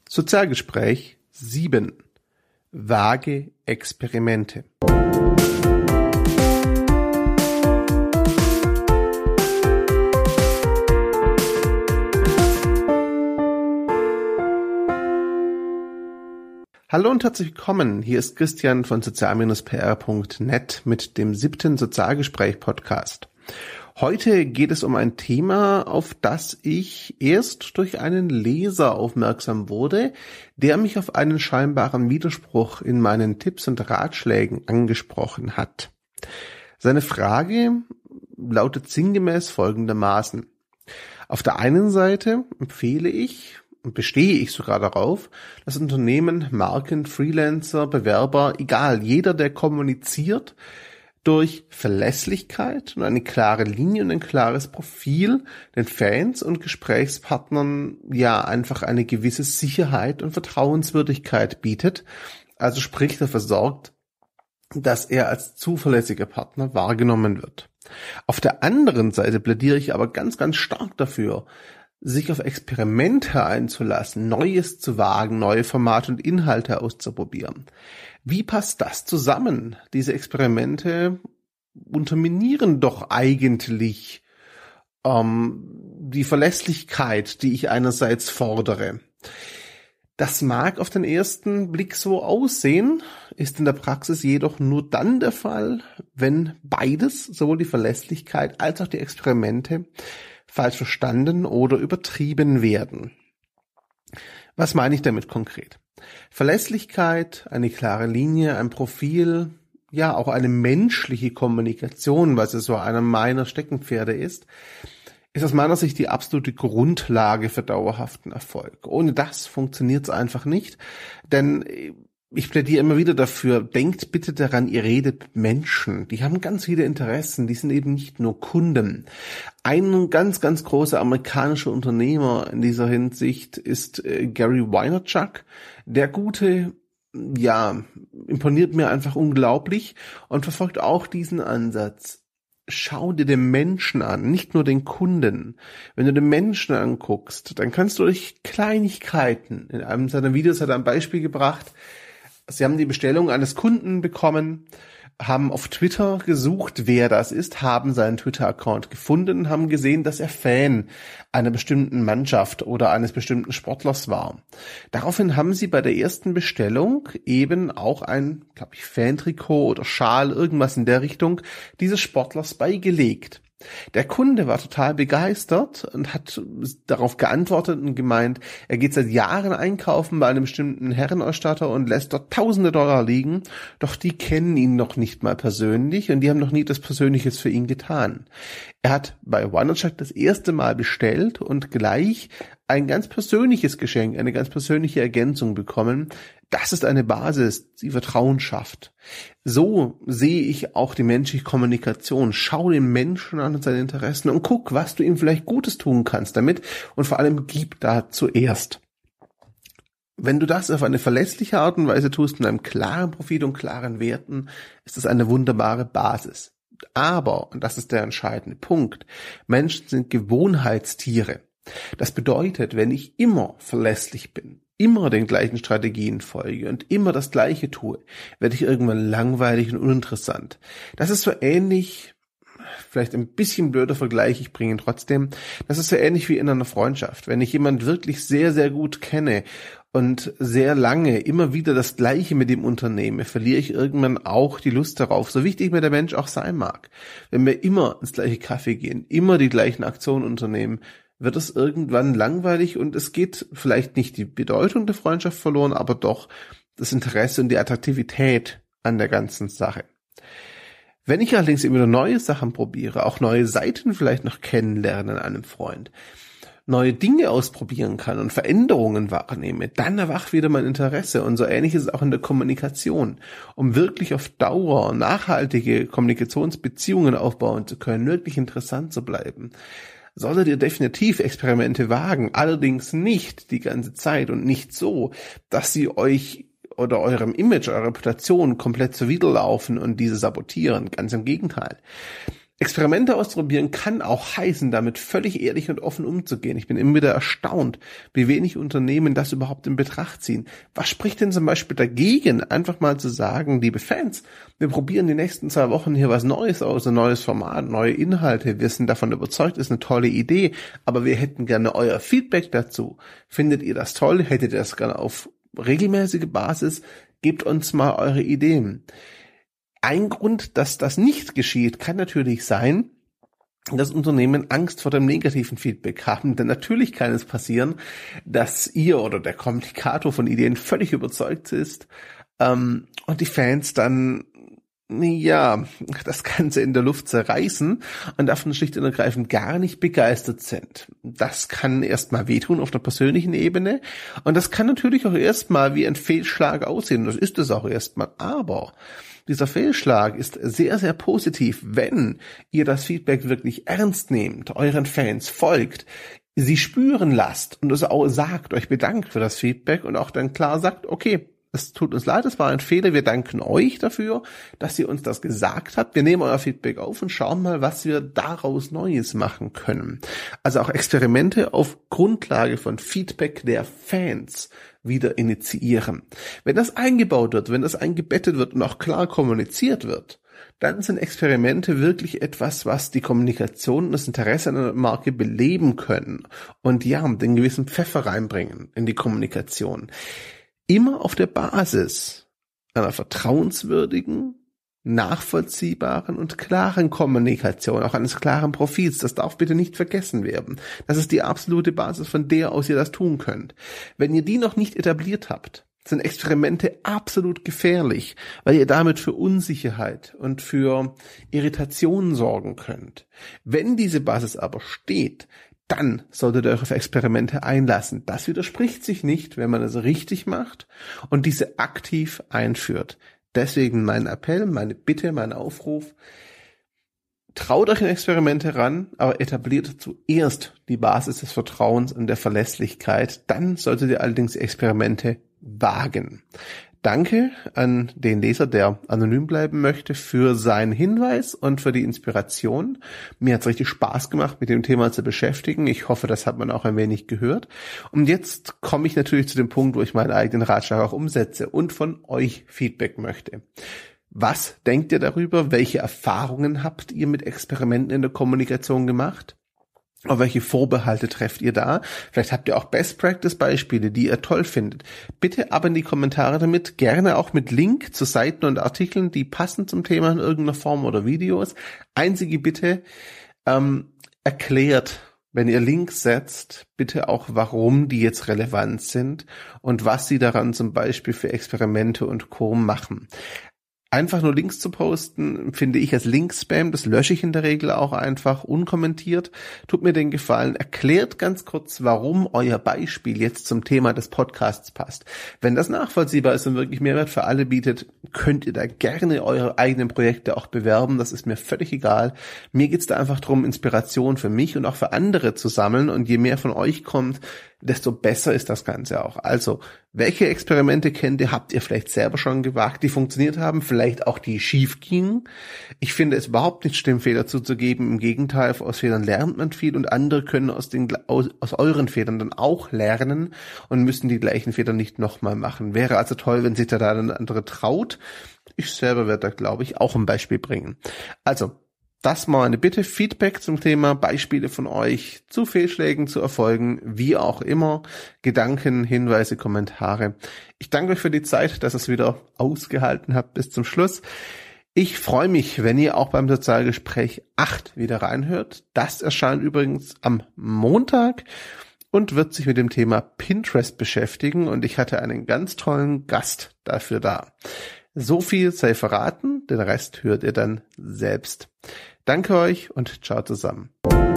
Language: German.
Sozialgespräch 7. Vage Experimente. Hallo und herzlich willkommen. Hier ist Christian von sozial-pr.net mit dem 7. Sozialgespräch-Podcast. Heute geht es um ein Thema, auf das ich erst durch einen Leser aufmerksam wurde, der mich auf einen scheinbaren Widerspruch in meinen Tipps und Ratschlägen angesprochen hat. Seine Frage lautet sinngemäß folgendermaßen. Auf der einen Seite empfehle ich und bestehe ich sogar darauf, dass Unternehmen, Marken, Freelancer, Bewerber, egal, jeder, der kommuniziert, durch Verlässlichkeit und eine klare Linie und ein klares Profil den Fans und Gesprächspartnern einfach eine gewisse Sicherheit und Vertrauenswürdigkeit bietet, also sprich dafür sorgt, dass er als zuverlässiger Partner wahrgenommen wird. Auf der anderen Seite plädiere ich aber ganz, ganz stark dafür, sich auf Experimente einzulassen, Neues zu wagen, neue Formate und Inhalte auszuprobieren. Wie passt das zusammen? Diese Experimente unterminieren doch eigentlich die Verlässlichkeit, die ich einerseits fordere. Das mag auf den ersten Blick so aussehen, ist in der Praxis jedoch nur dann der Fall, wenn beides, sowohl die Verlässlichkeit als auch die Experimente, falsch verstanden oder übertrieben werden. Was meine ich damit konkret? Verlässlichkeit, eine klare Linie, ein Profil, auch eine menschliche Kommunikation, was ja so einer meiner Steckenpferde ist aus meiner Sicht die absolute Grundlage für dauerhaften Erfolg. Ohne das funktioniert es einfach nicht, denn ich plädiere immer wieder dafür, denkt bitte daran, ihr redet mit Menschen, die haben ganz viele Interessen, die sind eben nicht nur Kunden. Ein ganz, ganz großer amerikanischer Unternehmer in dieser Hinsicht ist Gary Vaynerchuk. Der Gute, imponiert mir einfach unglaublich und verfolgt auch diesen Ansatz. Schau dir den Menschen an, nicht nur den Kunden. Wenn du den Menschen anguckst, dann kannst du durch Kleinigkeiten, in einem seiner Videos hat er ein Beispiel gebracht, sie haben die Bestellung eines Kunden bekommen, haben auf Twitter gesucht, wer das ist, haben seinen Twitter-Account gefunden, haben gesehen, dass er Fan einer bestimmten Mannschaft oder eines bestimmten Sportlers war. Daraufhin haben sie bei der ersten Bestellung eben auch ein, Fantrikot oder Schal, irgendwas in der Richtung, dieses Sportlers beigelegt. Der Kunde war total begeistert und hat darauf geantwortet und gemeint, er geht seit Jahren einkaufen bei einem bestimmten Herrenausstatter und lässt dort tausende Dollar liegen, doch die kennen ihn noch nicht mal persönlich und die haben noch nie etwas Persönliches für ihn getan. Er hat bei Vaynerchuk das erste Mal bestellt und gleich ein ganz persönliches Geschenk, eine ganz persönliche Ergänzung bekommen. Das ist eine Basis, die Vertrauen schafft. So sehe ich auch die menschliche Kommunikation. Schau den Menschen an und seine Interessen und guck, was du ihm vielleicht Gutes tun kannst damit und vor allem gib da zuerst. Wenn du das auf eine verlässliche Art und Weise tust, mit einem klaren Profil und klaren Werten, ist das eine wunderbare Basis. Aber, und das ist der entscheidende Punkt, Menschen sind Gewohnheitstiere. Das bedeutet, wenn ich immer verlässlich bin, immer den gleichen Strategien folge und immer das Gleiche tue, werde ich irgendwann langweilig und uninteressant. Das ist so ähnlich, vielleicht ein bisschen blöder Vergleich, ich bringe ihn trotzdem, das ist so ähnlich wie in einer Freundschaft. Wenn ich jemanden wirklich sehr, sehr gut kenne und sehr lange immer wieder das Gleiche mit ihm unternehme, verliere ich irgendwann auch die Lust darauf, so wichtig mir der Mensch auch sein mag. Wenn wir immer ins gleiche Café gehen, immer die gleichen Aktionen unternehmen, wird es irgendwann langweilig und es geht vielleicht nicht die Bedeutung der Freundschaft verloren, aber doch das Interesse und die Attraktivität an der ganzen Sache. Wenn ich allerdings immer wieder neue Sachen probiere, auch neue Seiten vielleicht noch kennenlerne an einem Freund, neue Dinge ausprobieren kann und Veränderungen wahrnehme, dann erwacht wieder mein Interesse und so ähnlich ist es auch in der Kommunikation. Um wirklich auf Dauer nachhaltige Kommunikationsbeziehungen aufbauen zu können, wirklich interessant zu bleiben, solltet ihr definitiv Experimente wagen, allerdings nicht die ganze Zeit und nicht so, dass sie euch oder eurem Image, eurer Reputation komplett zuwiderlaufen und diese sabotieren. Ganz im Gegenteil. Experimente ausprobieren kann auch heißen, damit völlig ehrlich und offen umzugehen. Ich bin immer wieder erstaunt, wie wenig Unternehmen das überhaupt in Betracht ziehen. Was spricht denn zum Beispiel dagegen, einfach mal zu sagen, liebe Fans, wir probieren die nächsten 2 Wochen hier was Neues aus, ein neues Format, neue Inhalte. Wir sind davon überzeugt, ist eine tolle Idee, aber wir hätten gerne euer Feedback dazu. Findet ihr das toll? Hättet ihr das gerne auf regelmäßige Basis? Gebt uns mal eure Ideen. Ein Grund, dass das nicht geschieht, kann natürlich sein, dass Unternehmen Angst vor dem negativen Feedback haben. Denn natürlich kann es passieren, dass ihr oder der Kommunikator von Ideen völlig überzeugt ist und die Fans dann das Ganze in der Luft zerreißen und davon schlicht und ergreifend gar nicht begeistert sind. Das kann erstmal wehtun auf einer persönlichen Ebene und das kann natürlich auch erstmal wie ein Fehlschlag aussehen. Das ist es auch erstmal, aber dieser Fehlschlag ist sehr, sehr positiv, wenn ihr das Feedback wirklich ernst nehmt, euren Fans folgt, sie spüren lasst und es auch sagt, euch bedankt für das Feedback und auch dann klar sagt, okay, es tut uns leid, es war ein Fehler, wir danken euch dafür, dass ihr uns das gesagt habt, wir nehmen euer Feedback auf und schauen mal, was wir daraus Neues machen können. Also auch Experimente auf Grundlage von Feedback der Fans wieder initiieren. Wenn das eingebaut wird, wenn das eingebettet wird und auch klar kommuniziert wird, dann sind Experimente wirklich etwas, was die Kommunikation und das Interesse an einer Marke beleben können und den gewissen Pfeffer reinbringen in die Kommunikation. Immer auf der Basis einer vertrauenswürdigen, nachvollziehbaren und klaren Kommunikation, auch eines klaren Profils. Das darf bitte nicht vergessen werden. Das ist die absolute Basis, von der aus ihr das tun könnt. Wenn ihr die noch nicht etabliert habt, sind Experimente absolut gefährlich, weil ihr damit für Unsicherheit und für Irritationen sorgen könnt. Wenn diese Basis aber steht, dann solltet ihr euch auf Experimente einlassen. Das widerspricht sich nicht, wenn man es richtig macht und diese aktiv einführt. Deswegen mein Appell, meine Bitte, mein Aufruf: Traut euch in Experimente ran, aber etabliert zuerst die Basis des Vertrauens und der Verlässlichkeit. Dann solltet ihr allerdings Experimente wagen. Danke an den Leser, der anonym bleiben möchte, für seinen Hinweis und für die Inspiration. Mir hat es richtig Spaß gemacht, mit dem Thema zu beschäftigen. Ich hoffe, das hat man auch ein wenig gehört. Und jetzt komme ich natürlich zu dem Punkt, wo ich meinen eigenen Ratschlag auch umsetze und von euch Feedback möchte. Was denkt ihr darüber? Welche Erfahrungen habt ihr mit Experimenten in der Kommunikation gemacht? Auf welche Vorbehalte trefft ihr da? Vielleicht habt ihr auch Best-Practice-Beispiele, die ihr toll findet. Bitte aber in die Kommentare damit, gerne auch mit Link zu Seiten und Artikeln, die passen zum Thema in irgendeiner Form oder Videos. Einzige Bitte, erklärt, wenn ihr Links setzt, bitte auch, warum die jetzt relevant sind und was sie daran zum Beispiel für Experimente und Co. machen. Einfach nur Links zu posten, finde ich als Link-Spam, das lösche ich in der Regel auch einfach unkommentiert. Tut mir den Gefallen, erklärt ganz kurz, warum euer Beispiel jetzt zum Thema des Podcasts passt. Wenn das nachvollziehbar ist und wirklich Mehrwert für alle bietet, könnt ihr da gerne eure eigenen Projekte auch bewerben, das ist mir völlig egal. Mir geht's da einfach darum, Inspiration für mich und auch für andere zu sammeln und je mehr von euch kommt, desto besser ist das Ganze auch. Also, welche Experimente kennt ihr, habt ihr vielleicht selber schon gewagt, die funktioniert haben, vielleicht auch die schief gingen? Ich finde es überhaupt nicht schlimm, Fehler zuzugeben. Im Gegenteil, aus Fehlern lernt man viel und andere können aus euren Fehlern dann auch lernen und müssen die gleichen Fehler nicht nochmal machen. Wäre also toll, wenn sich da ein anderer traut. Ich selber werde da, glaube ich, auch ein Beispiel bringen. Also, das mal eine Bitte, Feedback zum Thema, Beispiele von euch zu Fehlschlägen, zu Erfolgen, wie auch immer, Gedanken, Hinweise, Kommentare. Ich danke euch für die Zeit, dass ihr es wieder ausgehalten habt bis zum Schluss. Ich freue mich, wenn ihr auch beim Sozialgespräch 8 wieder reinhört. Das erscheint übrigens am Montag und wird sich mit dem Thema Pinterest beschäftigen und ich hatte einen ganz tollen Gast dafür da. So viel sei verraten, den Rest hört ihr dann selbst. Danke euch und ciao zusammen.